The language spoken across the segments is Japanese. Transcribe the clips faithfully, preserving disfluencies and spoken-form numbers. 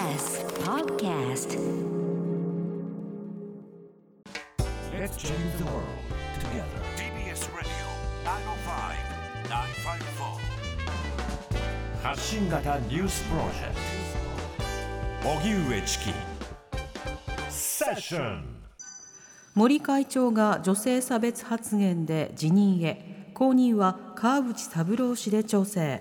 ティービーエス Podcast Let's change the world together. ティービーエス Radio ナインオーファイブ ナインファイブフォー発信型ニュースプロジェクト荻上チキセッション。 森会長が女性差別発言で辞任へ、後任は川淵三郎氏で調整。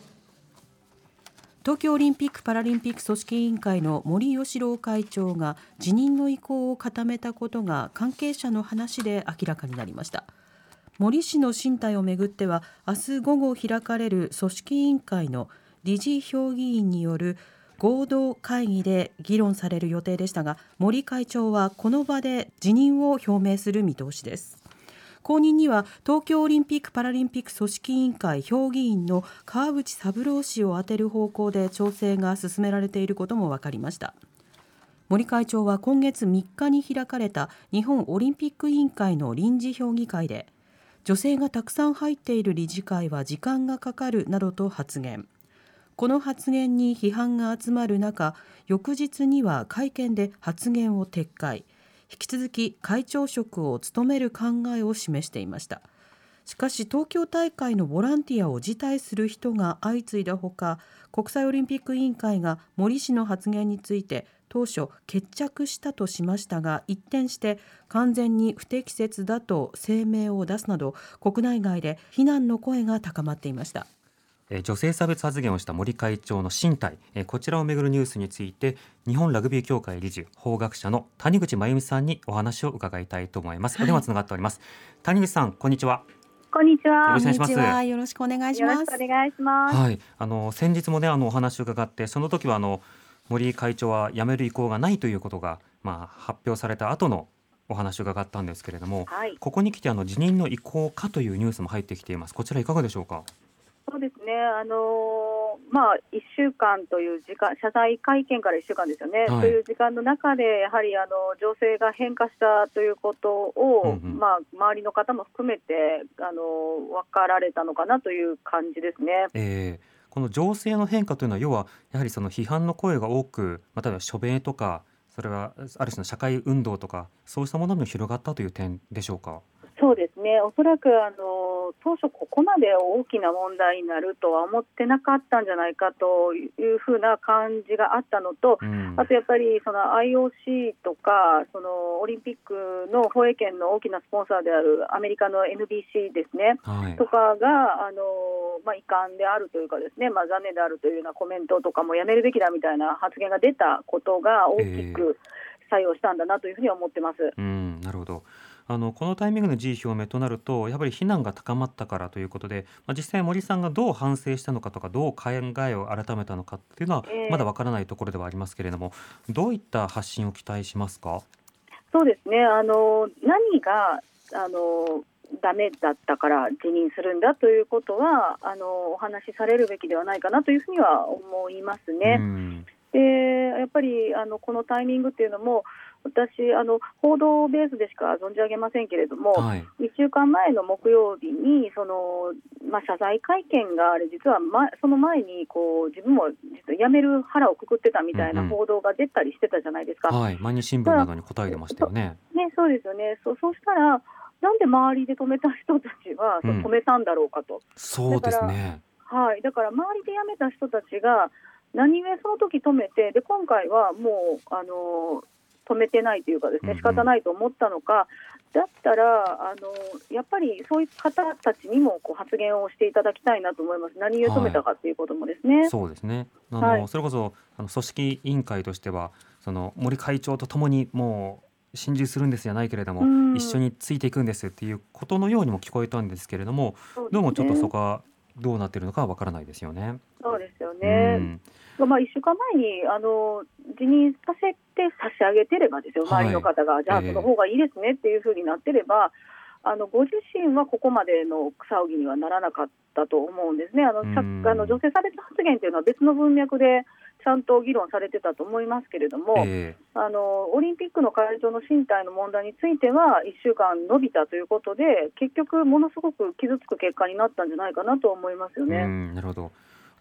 東京オリンピック・パラリンピック組織委員会の森喜朗会長が辞任の意向を固めたことが関係者の話で明らかになりました。森氏の進退をめぐっては、明日午後開かれる組織委員会の理事評議員による合同会議で議論される予定でしたが、森会長はこの場で辞任を表明する見通しです。後任には東京オリンピック・パラリンピック組織委員会評議員の川淵三郎氏を充てる方向で調整が進められていることも分かりました。森会長は今月みっかに開かれた日本オリンピック委員会の臨時評議会で、女性がたくさん入っている理事会は時間がかかるなどと発言。この発言に批判が集まる中、翌日には会見で発言を撤回。引き続き会長職を務める考えを示していました。しかし東京大会のボランティアを辞退する人が相次いだほか、国際オリンピック委員会が森氏の発言について当初決着したとしましたが、一転して完全に不適切だと声明を出すなど、国内外で非難の声が高まっていました。 女性差別発言をした森会長の進退、こちらをめぐるニュースについて、日本ラグビー協会理事法学者の谷口真由美さんにお話を伺いたいと思います。お電話つながっております。谷口さん、こんにちは。 こんにちは。 よろしくお願いします。よろしくお願いします。 よろしくお願いします。 はい、あの先日もね、あのお話を伺って、その時はあの森会長は辞める意向がないということが、まあ、発表された後のお話を伺ったんですけれども、 はい、 ここに来てあの辞任の意向かというニュースも入ってきています。こちらいかがでしょうか。 そうですね、あのーまあ、いっしゅうかんという時間、謝罪会見からいっしゅうかんですよね、はい、という時間の中でやはりあの情勢が変化したということを、うんうん、まあ、周りの方も含めてあの分かられたのかなという感じですね。 えー、この情勢の変化というのは、要はやはりその批判の声が多く、または署名とか、それはある種の社会運動とか、そうしたものにも広がったという点でしょうか。 そうですね、おそらくあの当初ここまで大きな問題になるとは思ってなかったんじゃないかというふうな感じがあったのと、うん、あとやっぱりその アイオーシー とかそのオリンピックの放映権の大きなスポンサーであるアメリカの エヌビーシー ですね、はい、とかがあの、まあ、遺憾であるというかですね、まあ、残念であるというようなコメントとかもやめるべきだみたいな発言が出たことが大きく作用したんだなというふうに思ってます。 えー、うんなるほど。あのこのタイミングの辞意表明となると、やはり非難が高まったからということで、まあ、実際森さんがどう反省したのかとか、どう考えを改めたのかっていうのはまだわからないところではありますけれども、えー、どういった発信を期待しますか。 そうですね、あの何があのダメだったから辞任するんだということはあのお話しされるべきではないかなというふうには思いますね。うんでやっぱりあのこのタイミングっていうのも、私あの報道ベースでしか存じ上げませんけれども、はい、いっしゅうかんまえの木曜日にその、まあ、謝罪会見があれ、実は、ま、その前にこう自分も実は辞める腹をくくってたみたいな報道が出たりしてたじゃないですか。 うんうん、はい、毎日新聞などに答えてましたよね。 ね、そうですよね。そう、そうしたらなんで周りで止めた人たちは、うん、止めたんだろうかと。 そうですね。 だから、はい、だから周りで辞めた人たちが何故その時止めて、で今回はもうあの止めてないというかですね、仕方ないと思ったのか、だったらあのやっぱりそういう方たちにもこう発言をしていただきたいなと思います。何故止めたかということもですね。 はい、そうですね。あの、はい、それこそあの組織委員会としては、その森会長とともにもう心中するんですじゃないけれども、一緒についていくんですっていうことのようにも聞こえたんですけれども、そうですね、どうもちょっとそこはどうなっているのかはわからないですよね。 そうですよね。まあ、いっしゅうかんまえにあの辞任させて差し上げてればですよ、周りの方が、はい、じゃあその方がいいですねっていうふうになってれば、えー、あのご自身はここまでの騒ぎにはならなかったと思うんですね。あの、あの女性差別発言というのは別の文脈でちゃんと議論されてたと思いますけれども、えー、あのオリンピックの会場の身体の問題についてはいっしゅうかん延びたということで、結局ものすごく傷つく結果になったんじゃないかなと思いますよね。 うん、なるほど。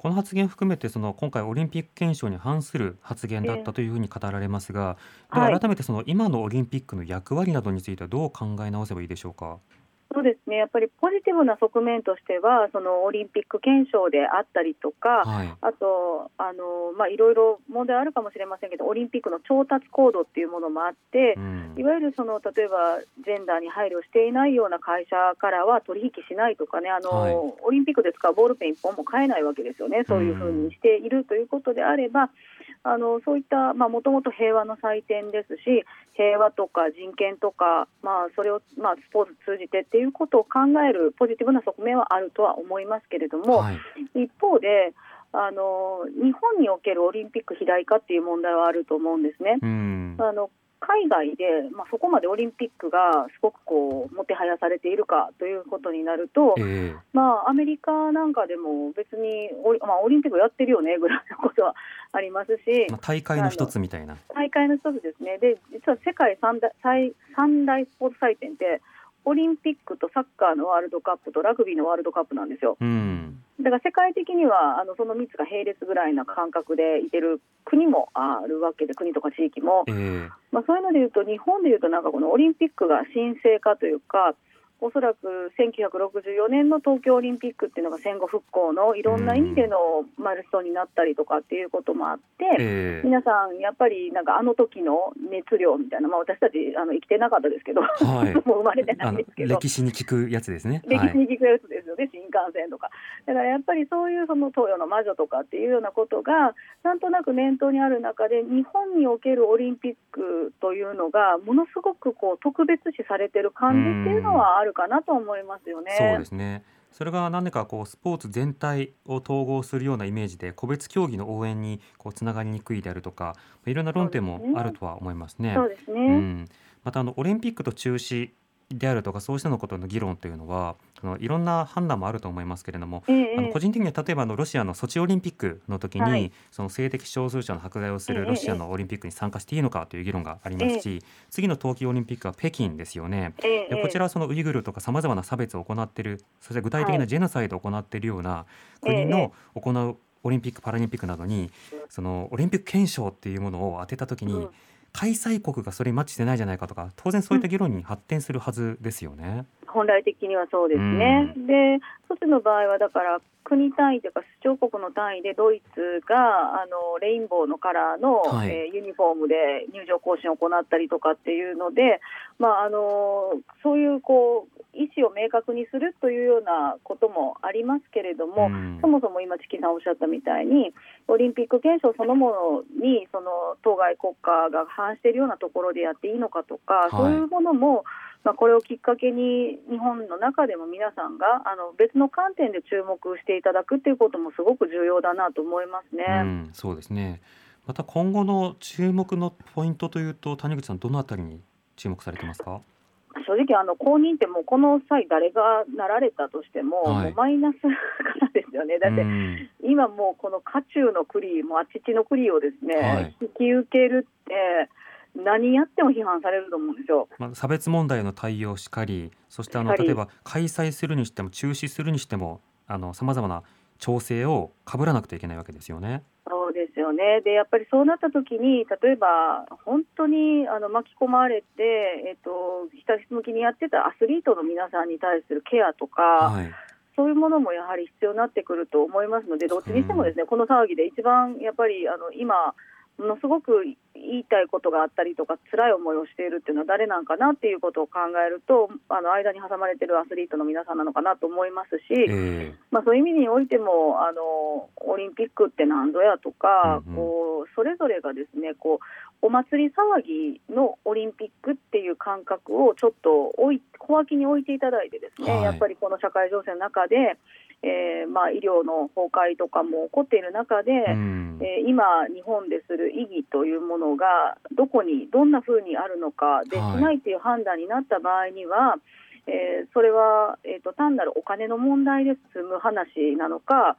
この発言を含めてその今回オリンピック憲章に反する発言だったというふうに語られますが、でははい改めてその今のオリンピックの役割などについてはどう考え直せばいいでしょうか。 そうですね、やっぱりポジティブな側面としては、そのオリンピック憲章であったりとか、 はい。 あとあの、まあ、いろいろ問題あるかもしれませんけど、オリンピックの調達コードっていうものもあって、 うんいわゆるその例えばジェンダーに配慮していないような会社からは取引しないとかね、あの、 はいオリンピックで使うボールペンいっぽんも買えないわけですよね。そういうふうにしているということであれば、あのそういったもともと平和の祭典ですし、平和とか人権とか、まあ、それを、まあ、スポーツ通じてっていうことを考えるポジティブな側面はあるとは思いますけれども、 はい。 一方であの日本におけるオリンピック肥大化っていう問題はあると思うんですね。 うんあの海外で、まあ、そこまでオリンピックがすごくこうもてはやされているかということになると、 ええまあ、アメリカなんかでも別にオリ、まあ、オリンピックやってるよねぐらいのことはありますし、 まあ、大会の一つみたいな。 大会の一つですね。で、実は世界三大、最三大スポーツ祭典ってオリンピックとサッカーのワールドカップとラグビーのワールドカップなんですよ。 うんだから世界的にはあのそのみっつが並列ぐらいな感覚でいてる国もあるわけで、国とか地域も、 ええまあ、そういうのでいうと日本でいうとなんかこのオリンピックが神聖化というか、おそらくせんきゅうひゃくろくじゅうよねんの東京オリンピックっていうのが戦後復興のいろんな意味でのマイルストーンになったりとかっていうこともあって、 ええ皆さんやっぱりなんかあの時の熱量みたいな、まあ、私たちあの生きてなかったですけど、 はいもう生まれてなあのいんですけど、 歴史に聞くやつですね。 歴はい史に聞くやつですよね、新幹線とか。だからやっぱりそういうその東洋の魔女とかっていうようなことがなんとなく念頭にある中で、日本におけるオリンピックというのがものすごくこう特別視されてる感じっていうのはあるかなと思いますよね。 そうですね。それが何でかこうスポーツ全体を統合するようなイメージで個別競技の応援にこうつながりにくいであるとか、いろんな論点もあるとは思いますね。 そうですね、 うん、またあのオリンピックと中止であるとかそうしたのことの議論というのはあのいろんな判断もあると思いますけれども、 ええあの個人的には例えばあのロシアのソチオリンピックの時に、 はいその性的少数者の迫害をすええるロシアのオリンピックに参加していいのかという議論がありますし、次の冬季オリンピックは北京ですよね。 ええでこちらはそのウイグルとかさまざまな差別を行っている、そして具体的はないジェノサイドを行っているような国ええの行うオリンピック・パラリンピックなどにそのオリンピック憲章っていうものを当てたときに、 うん開催国がそれにマッチしてないじゃないかとか、当然そういった議論に発展するはずですよね。 本来的にはそうですね。で、ソチの場合はだから国単位というか出張国の単位でドイツがあのレインボーのカラーの、 はいえーユニフォームで入場行進を行ったりとかっていうので、まあ、あのそういうこう意思を明確にするというようなこともありますけれども、 うんそもそも今チキさんおっしゃったみたいにオリンピック憲章そのものにその当該国家が反しているようなところでやっていいのかとか、 はいそういうものも、まあ、これをきっかけに日本の中でも皆さんがあの別の観点で注目していただくということもすごく重要だなと思いますね。 うん、そうですね。また今後の注目のポイントというと、谷口さんどのあたりに注目されてますか？ 正直あの公認ってもうこの際誰がなられたとしても、 はいもうマイナスからですよね。だってうん今もうこの渦中の栗もあちちの栗をですね、 はい引き受けるって何やっても批判されると思うんですよ。 まあ、差別問題への対応しかり、そしてあのしかり例えば開催するにしても中止するにしてもさまざまな調整を被らなくてはいけないわけですよね。 そうですよね。でやっぱりそうなった時に例えば本当にあの巻き込まれて、えっと、ひたす向きにやってたアスリートの皆さんに対するケアとか、 はいそういうものもやはり必要になってくると思いますので、どっちにしてもですね、この騒ぎで一番やっぱりあの今ものすごく言いたいことがあったりとか辛い思いをしているっていうのは誰なんかなっていうことを考えると、あの間に挟まれているアスリートの皆さんなのかなと思いますし、 えまあ、そういう意味においてもあのオリンピックって何ぞやとか、 うんうんこうそれぞれがですねこうお祭り騒ぎのオリンピックっていう感覚をちょっと置い小脇に置いていただいてですね、 はいやっぱりこの社会情勢の中で、えーまあ、医療の崩壊とかも起こっている中で、 ーうんえー今日本でする意義というものがどこにどんな風にあるのかでしはいないという判断になった場合には、えーそれは、えーと単なるお金の問題で済む話なのか、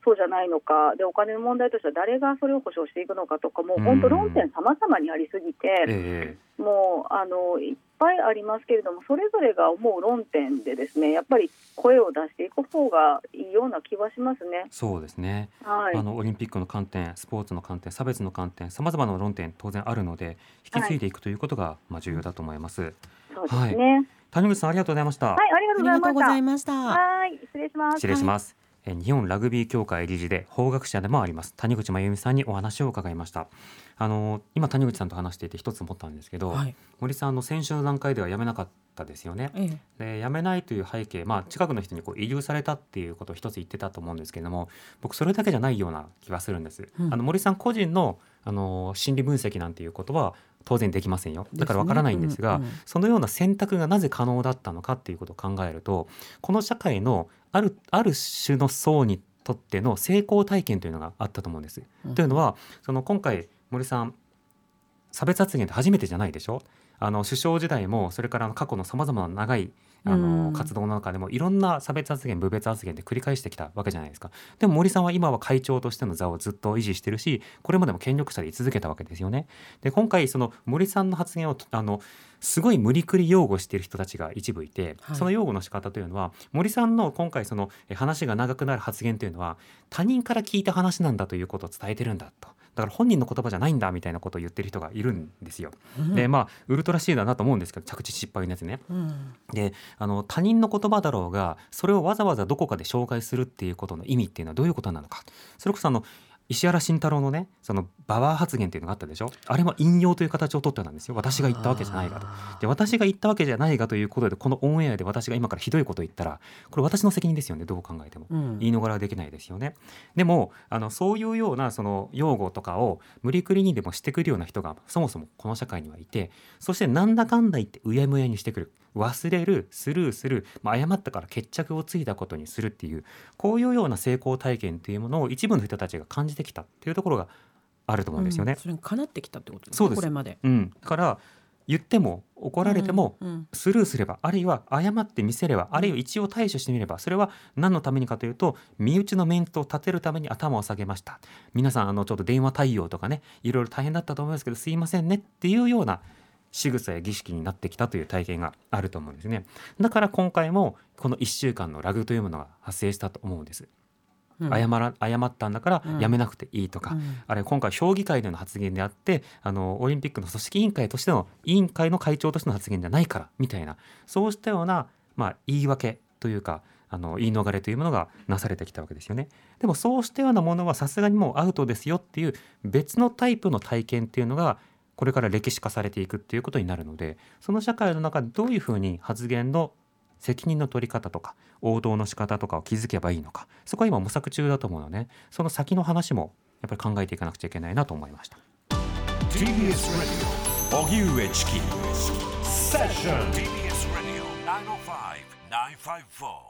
そうじゃないのかで、お金の問題としては誰がそれを保証していくのかとかも本当論点様々にありすぎて、えー、もうあのいっぱいありますけれども、それぞれが思う論点でですね、やっぱり声を出していく方がいいような気はしますね。 そうですね、 はい、 あのオリンピックの観点、スポーツの観点、差別の観点、さまざまな論点当然あるので引き継いでいくということが、はい、まあ、重要だと思います。 そうですね、はい、 谷口さんありがとうございました。 はい、ありがとうございました。 はい、 失礼します。 失礼します。はい、日本ラグビー協会理事で法学者でもあります谷口真由美さんにお話を伺いました。あの今谷口さんと話していて一つ思ったんですけど、はい、森さんの先週の段階では辞めなかったですよね。ええ、で辞めないという背景、まあ、近くの人にこう移住されたっていうことを一つ言ってたと思うんですけれども、僕それだけじゃないような気がするんです。うん、あの森さん個人の、あの心理分析なんていうことは当然できませんよ。だからわからないんですが、ですね、うんうん、そのような選択がなぜ可能だったのかっていうことを考えると、この社会のある、ある種の層にとっての成功体験というのがあったと思うんです。うん、というのはその今回森さん差別発言って初めてじゃないでしょ。あの首相時代もそれから過去のさまざまな長いあの活動の中でもいろんな差別発言、侮蔑発言で繰り返してきたわけじゃないですか。でも森さんは今は会長としての座をずっと維持してるし、これまでも権力者で居続けたわけですよね。で今回その森さんの発言をあのすごい無理くり擁護している人たちが一部いて、はい、その擁護の仕方というのは森さんの今回その話が長くなる発言というのは他人から聞いた話なんだということを伝えてるんだと、だから本人の言葉じゃないんだみたいなことを言ってる人がいるんですよ。うん、でまあウルトラ C だなと思うんですけど、着地失敗のやつね。うん、であの他人の言葉だろうがそれをわざわざどこかで紹介するっていうことの意味っていうのはどういうことなのか。それこそあの石原慎太郎のねそのババア発言っていうのがあったでしょ。あれも引用という形を取ってたんですよ。私が言ったわけじゃないがと。で私が言ったわけじゃないがということで、このオンエアで私が今からひどいことを言ったらこれ私の責任ですよね。どう考えても、うん、言い逃れはできないですよね。でもあのそういうようなその用語とかを無理くりにでもしてくるような人がそもそもこの社会にはいて、そしてなんだかんだ言ってうやむやにしてくる、忘れる、スルーする、まあ、誤ったから決着をついたことにするっていう、こういうような成功体験っていうものを一部の人たちが感じてきたっていうところがあると思うんですよね。うん、それにかなってきたってことですね。 そうです。 これまで、 うん、から言っても怒られてもスルーすれば、あるいは謝ってみせれば、あるいは一応対処してみれば、それは何のためにかというと身内のメンツを立てるために頭を下げました、皆さんあのちょっと電話対応とかねいろいろ大変だったと思いますけどすいませんねっていうような仕草や儀式になってきたという体験があると思うんですね。だから今回もこのいっしゅうかんのラグというものが発生したと思うんです。うん、謝ら謝ったんだからやめなくていいとか、うん、あれ今回評議会での発言であってあのオリンピックの組織委員会としての委員会の会長としての発言じゃないからみたいな、そうしたような、まあ、言い訳というかあの言い逃れというものがなされてきたわけですよね。でもそうしたようなものはさすがにもうアウトですよっていう別のタイプの体験っていうのがこれから歴史化されていくっていうことになるので、その社会の中でどういうふうに発言の責任の取り方とか応答の仕方とかを築けばいいのか、そこは今模索中だと思うので、その先の話もやっぱり考えていかなくちゃいけないなと思いました。 ティービーエス Radio 荻上チキセッションティービーエス Radio ナインオーファイブ ナインファイブフォー